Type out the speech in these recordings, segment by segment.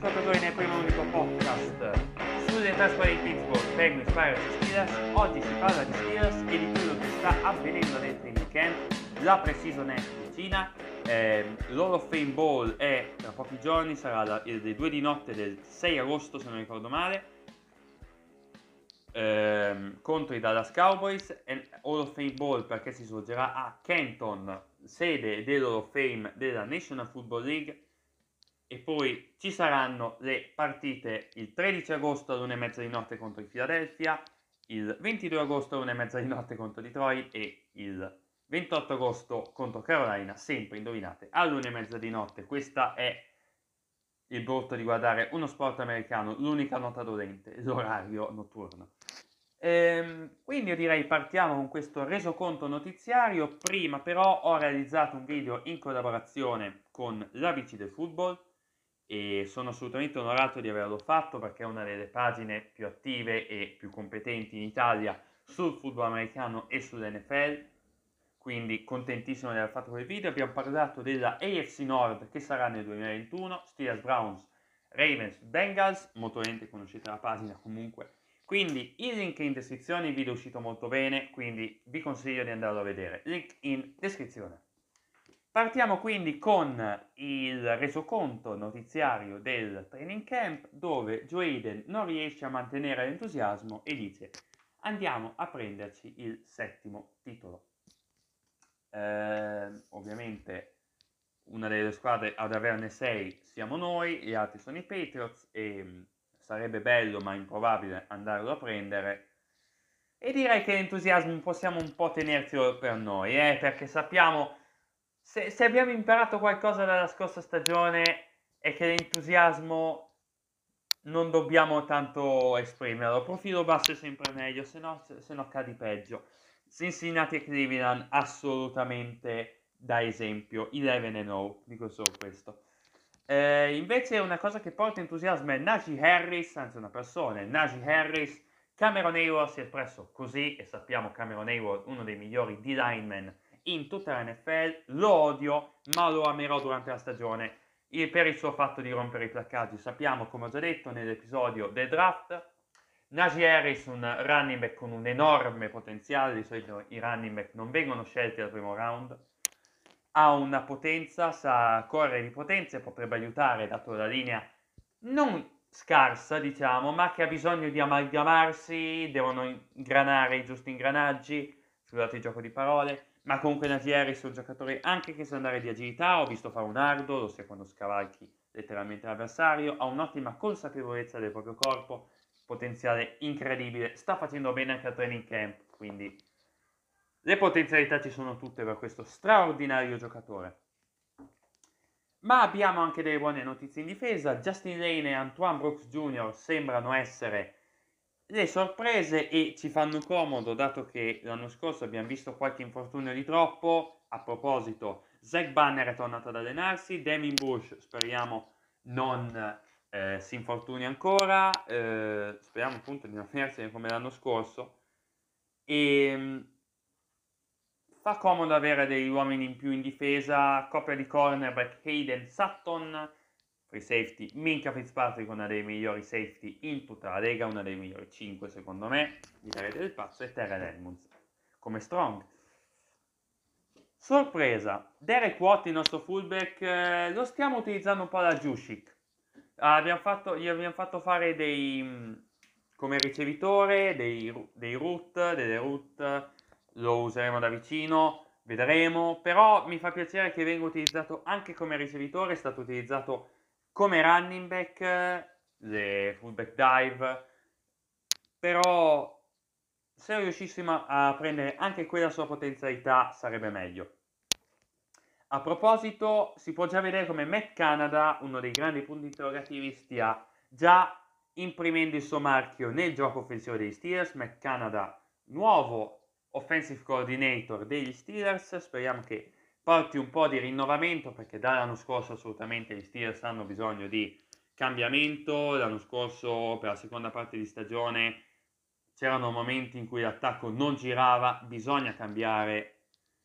ascoltatori nel primo e unico podcast sulle trasferite di Pittsburgh, Penguins, Pirates e Steelers. Oggi si parla di Steelers e di quello che sta avvenendo nel training camp. La pre-season è vicina, l'Hall of Fame Bowl è tra pochi giorni, sarà alle 2 di notte del 6 agosto se non ricordo male, contro i Dallas Cowboys. Hall of Fame Bowl perché si svolgerà a Canton, sede dell'Hall of Fame della National Football League. E poi ci saranno le partite il 13 agosto alle 1:30 di notte contro il Philadelphia, il 22 agosto alle 1:30 di notte contro Detroit e il 28 agosto contro Carolina, sempre indovinate, alle 1:30 di notte. Questa è il brutto di guardare uno sport americano, l'unica nota dolente, l'orario notturno. Quindi io direi partiamo con questo resoconto notiziario. Prima però ho realizzato un video in collaborazione con l'ABC del football e sono assolutamente onorato di averlo fatto perché è una delle pagine più attive e più competenti in Italia sul football americano e sull'NFL, quindi contentissimo di aver fatto quel video. Abbiamo parlato della AFC Nord che sarà nel 2021, Steelers, Browns, Ravens, Bengals, molto volentieri conoscete la pagina comunque, quindi il link in descrizione. Il video è uscito molto bene, quindi vi consiglio di andarlo a vedere, link in descrizione. Partiamo quindi con il resoconto notiziario del training camp, dove Joe Hayden non riesce a mantenere l'entusiasmo e dice: andiamo a prenderci il 7° titolo. Ovviamente una delle squadre ad averne 6 siamo noi, gli altri sono i Patriots e sarebbe bello ma improbabile andarlo a prendere. E direi che l'entusiasmo possiamo un po' tenercelo per noi, perché sappiamo, se abbiamo imparato qualcosa dalla scorsa stagione, è che l'entusiasmo non dobbiamo tanto esprimerlo. Profilo basso è sempre meglio, se no cadi peggio. Cincinnati e Cleveland assolutamente da esempio, 11-0, dico solo questo. Invece una cosa che porta entusiasmo è Najee Harris, anzi una persona, Najee Harris. Cameron Heyward si è espresso così, e sappiamo Cameron Heyward uno dei migliori D-linemen in tutta la NFL. Lo odio, ma lo amerò durante la stagione per il suo fatto di rompere i placcaggi. Sappiamo, come ho già detto nell'episodio del draft, Najee Harris, un running back con un enorme potenziale. Di solito i running back non vengono scelti al primo round. Ha una potenza, sa correre di potenza e potrebbe aiutare, dato la linea non scarsa, diciamo, ma che ha bisogno di amalgamarsi, devono ingranare i giusti ingranaggi, scusate il gioco di parole, ma comunque Najee Harris è un giocatore anche che sa andare di agilità, ho visto fare un ardo, lo sai quando scavalchi letteralmente l'avversario, ha un'ottima consapevolezza del proprio corpo, potenziale incredibile, sta facendo bene anche al training camp, quindi le potenzialità ci sono tutte per questo straordinario giocatore. Ma abbiamo anche delle buone notizie in difesa. Justin Lane e Antoine Brooks Jr. sembrano essere le sorprese e ci fanno comodo, dato che l'anno scorso abbiamo visto qualche infortunio di troppo. A proposito, Zach Banner è tornato ad allenarsi, Devin Bush speriamo non si infortuni ancora, speriamo appunto di non finirsi come l'anno scorso. E fa comodo avere degli uomini in più in difesa, coppia di cornerback Hayden Sutton, free safety Minkah Fitzpatrick, una dei migliori safety in tutta la lega, una dei migliori 5 secondo me, gli darete del pazzo, e Terrell Edmunds come strong. Sorpresa, Derek Watt, il nostro fullback, lo stiamo utilizzando un po' da Juszczyk. Gli abbiamo fatto fare come ricevitore delle route, lo useremo da vicino, vedremo, però mi fa piacere che venga utilizzato anche come ricevitore. È stato utilizzato come running back, le fullback dive, però se riuscissimo a prendere anche quella sua potenzialità sarebbe meglio. A proposito, si può già vedere come Matt Canada, uno dei grandi punti interrogativi, stia già imprimendo il suo marchio nel gioco offensivo degli Steelers. Matt Canada, nuovo offensive coordinator degli Steelers, speriamo che porti un po' di rinnovamento, perché dall'anno scorso assolutamente gli Steelers hanno bisogno di cambiamento. L'anno scorso, per la seconda parte di stagione, c'erano momenti in cui l'attacco non girava, bisogna cambiare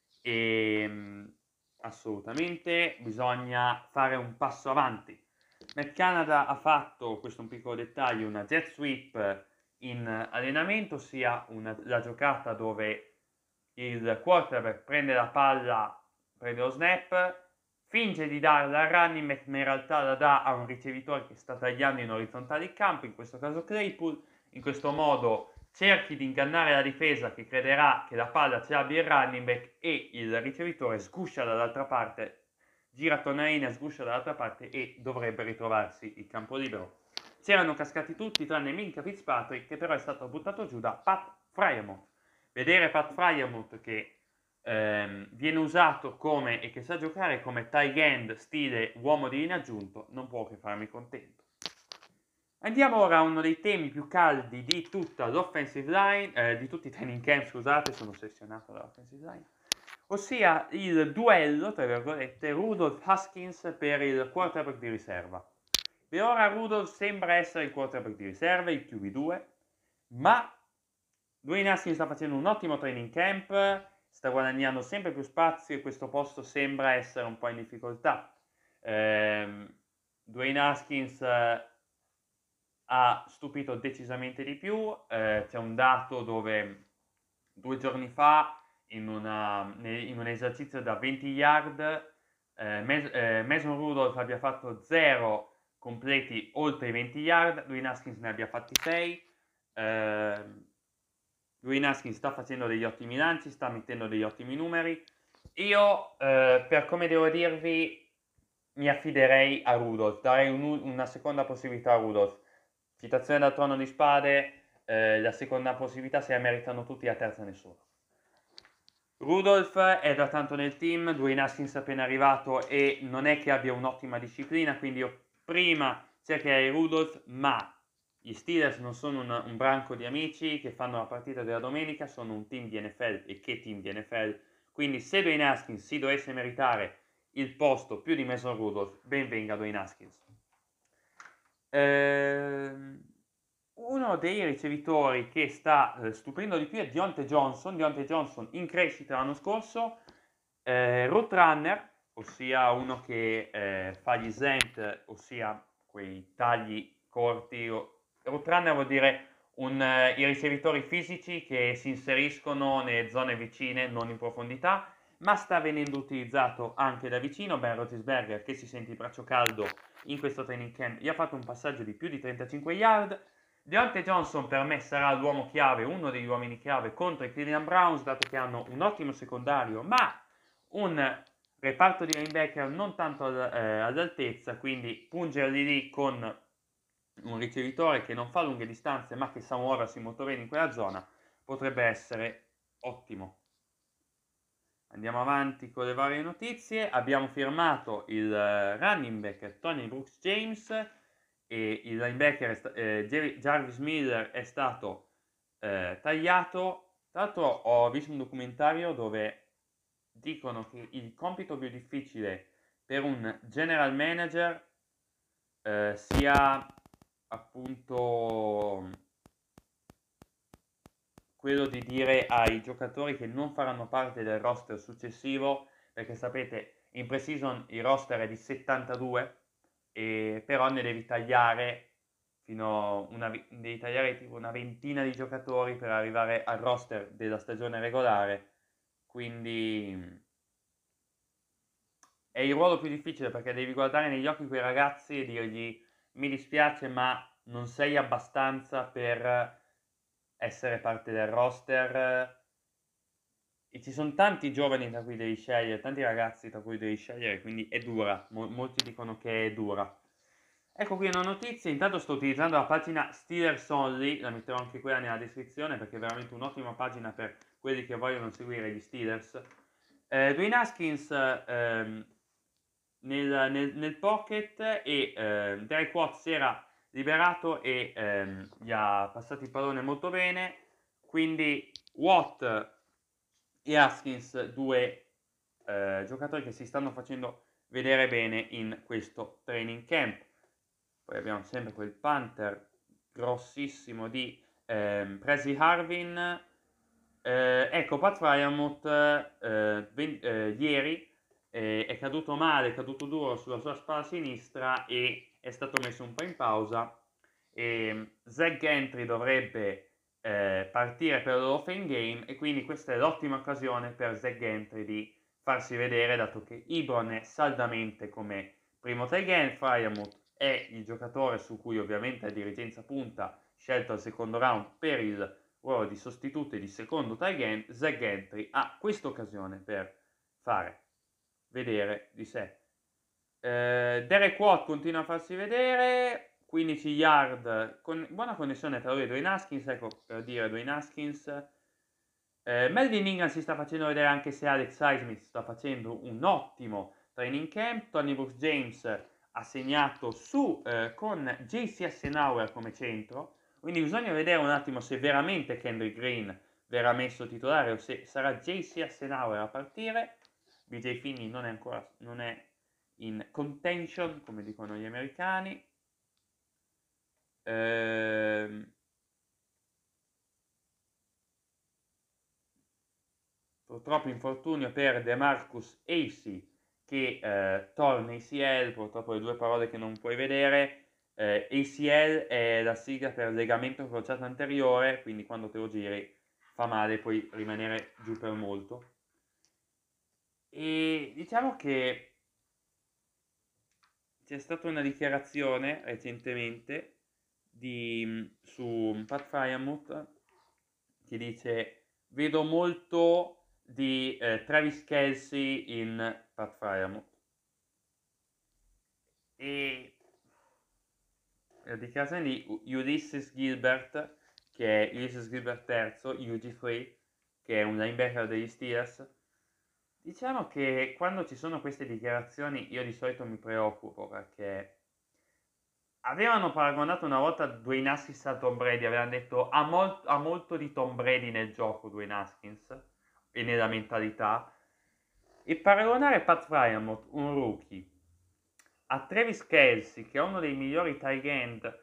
e assolutamente bisogna fare un passo avanti. Matt Canada ha fatto, questo è un piccolo dettaglio, una jet sweep in allenamento, ossia la giocata dove il quarterback prende la palla, prende lo snap, finge di darla al running back, ma in realtà la dà a un ricevitore che sta tagliando in orizzontale il campo, in questo caso Claypool. In questo modo cerchi di ingannare la difesa che crederà che la palla ce l'abbia il running back e il ricevitore sguscia dall'altra parte, gira attorno alla linea, sguscia dall'altra parte e dovrebbe ritrovarsi il campo libero. C'erano cascati tutti tranne Minkah Fitzpatrick, che però è stato buttato giù da Pat Freiermuth. Vedere Pat Freiermuth che viene usato come e che sa giocare come tight end stile uomo di linea aggiunto non può che farmi contento. Andiamo ora a uno dei temi più caldi di tutta l'offensive line, di tutti i training camp, scusate, sono ossessionato dall'offensive line, ossia il duello, tra virgolette, Rudolph Haskins per il quarterback di riserva. Per ora Rudolph sembra essere il quarterback di riserva, il QB2, ma Dwayne Haskins sta facendo un ottimo training camp, sta guadagnando sempre più spazio e questo posto sembra essere un po' in difficoltà. Dwayne Haskins ha stupito decisamente di più, c'è un dato dove 2 giorni fa in un esercizio da 20 yard Mason Rudolph abbia fatto 0 completi oltre i 20 yard, Dwayne Haskins ne abbia fatti 6. Dwayne Haskins sta facendo degli ottimi lanci, sta mettendo degli ottimi numeri. Io, per come devo dirvi, mi affiderei a Rudolph, darei una seconda possibilità a Rudolph. Citazione dal Trono di Spade, la seconda possibilità se la meritano tutti, la terza nessuno. Rudolph è da tanto nel team, Dwayne Haskins è appena arrivato e non è che abbia un'ottima disciplina, quindi io prima cercherei Rudolph, ma gli Steelers non sono un branco di amici che fanno la partita della domenica, sono un team di NFL e che team di NFL, quindi se Dwayne Haskins si dovesse meritare il posto più di Mason Rudolph, ben venga Dwayne Haskins. Uno dei ricevitori che sta stupendo di più è Diontae Johnson in crescita l'anno scorso, route runner, ossia uno che fa gli slant, ossia quei tagli corti. Route runner vuol dire i ricevitori fisici che si inseriscono nelle zone vicine, non in profondità, ma sta venendo utilizzato anche da vicino. Ben Roethlisberger, che si sente il braccio caldo in questo training camp, gli ha fatto un passaggio di più di 35 yard. Diontae Johnson per me sarà l'uomo chiave, uno degli uomini chiave contro i Cleveland Browns, dato che hanno un ottimo secondario, ma un reparto di linebacker non tanto all'altezza, quindi pungerli lì con un ricevitore che non fa lunghe distanze ma che sa muoversi molto bene in quella zona potrebbe essere ottimo. Andiamo avanti con le varie notizie. Abbiamo firmato il running back Tony Brooks James e il linebacker Jarvis Miller è stato tagliato. Tra l'altro ho visto un documentario dove dicono che il compito più difficile per un general manager sia appunto quello di dire ai giocatori che non faranno parte del roster successivo, perché sapete in pre-season il roster è di 72 e però ne devi tagliare devi tagliare tipo una ventina di giocatori per arrivare al roster della stagione regolare, quindi è il ruolo più difficile perché devi guardare negli occhi quei ragazzi e dirgli mi dispiace ma non sei abbastanza per essere parte del roster e ci sono tanti giovani tra cui devi scegliere, tanti ragazzi tra cui devi scegliere, quindi è dura, molti dicono che è dura. Ecco qui una notizia, intanto sto utilizzando la pagina Steelers Only, la metterò anche quella nella descrizione perché è veramente un'ottima pagina per quelli che vogliono seguire gli Steelers. Dwayne Haskins nel pocket e Derek Watt si era liberato e gli ha passato il pallone molto bene, quindi Watt e Haskins, due giocatori che si stanno facendo vedere bene in questo training camp. Poi abbiamo sempre quel punter grossissimo di Presley Harvin. Ecco, Pat Freiermuth ieri è caduto male, è caduto duro sulla sua spalla sinistra e è stato messo un po' in pausa. Zach Gentry dovrebbe partire per l'Hall of Fame Game e quindi questa è l'ottima occasione per Zach Gentry di farsi vedere, dato che Ebron è saldamente come primo tight end, Freiermuth è il giocatore su cui ovviamente la dirigenza punta, scelto al secondo round per il ruolo di sostituto e di secondo tight end. Zach Gentry ha questa occasione per fare vedere di sé. Derek Watt continua a farsi vedere, 15 yard, con buona connessione tra lui e Dwayne Haskins, ecco per dire Dwayne Haskins. Melvin Ingram si sta facendo vedere, anche se Alex Highsmith sta facendo un ottimo training camp. Tony Brooks James ha segnato con JC Eisenhower come centro, quindi bisogna vedere un attimo se veramente Kendrick Green verrà messo titolare o se sarà JC Eisenhower a partire. BJ Finney non è in contention, come dicono gli americani. Purtroppo infortunio per DeMarcus Acey, che torna ACL, purtroppo le due parole che non puoi vedere. ACL è la sigla per legamento crociato anteriore, quindi quando te lo giri fa male, puoi rimanere giù per molto. E diciamo che c'è stata una dichiarazione recentemente su Pat Freiermuth che dice: vedo molto di Travis Kelce in Pat Freiermuth. E la dichiarazione di Ulysses Gilbert, che è Ulysses Gilbert III, UG3, che è un linebacker degli Steelers. Diciamo che quando ci sono queste dichiarazioni io di solito mi preoccupo, perché avevano paragonato una volta Dwayne Haskins a Tom Brady, avevano detto ha molto di Tom Brady nel gioco Dwayne Haskins e nella mentalità, e paragonare Pat Freiermuth, un rookie, a Travis Kelce, che è uno dei migliori tight end,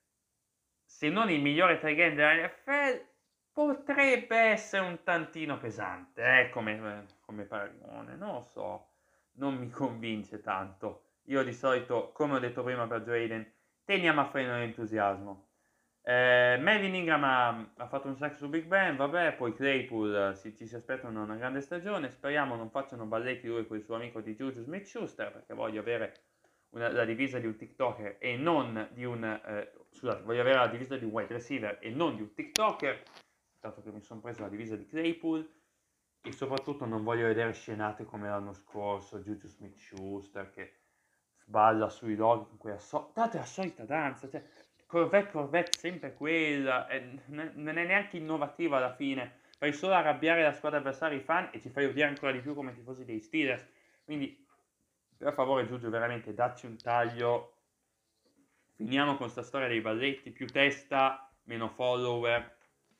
se non il migliore tight end della NFL, potrebbe essere un tantino pesante, come paragone, non lo so, non mi convince tanto. Io di solito, come ho detto prima per Joe Hayden, teniamo a freno l'entusiasmo. Melvin Ingram ha fatto un sack su Big Ben, vabbè, poi Claypool ci si aspettano una grande stagione, speriamo non facciano balletti lui con il suo amico di Juju Smith-Schuster, perché voglio avere la divisa di un TikToker e non di scusate, voglio avere la divisa di un wide receiver e non di un TikToker, dato che mi sono preso la divisa di Claypool, e soprattutto non voglio vedere scenate come l'anno scorso, Juju Smith-Schuster che sballa sui loghi con quella date la solita danza, cioè Corvette sempre quella, non è neanche innovativa alla fine, fai solo arrabbiare la squadra avversaria, i fan, e ci fai odiare ancora di più come tifosi dei Steelers. Quindi per favore Giugiu, veramente dacci un taglio, finiamo con sta storia dei balletti, più testa, meno follower,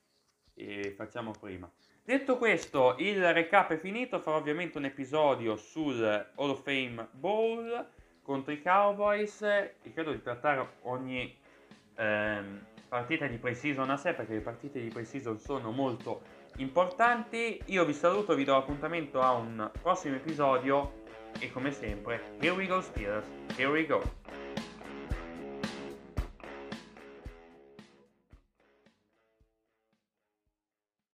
e facciamo prima. Detto questo, il recap è finito, farò ovviamente un episodio sul Hall of Fame Bowl contro i Cowboys e credo di trattare ogni partita di pre-season a sé, perché le partite di pre-season sono molto importanti. Io vi saluto, vi do appuntamento a un prossimo episodio e come sempre, here we go Steelers, here we go.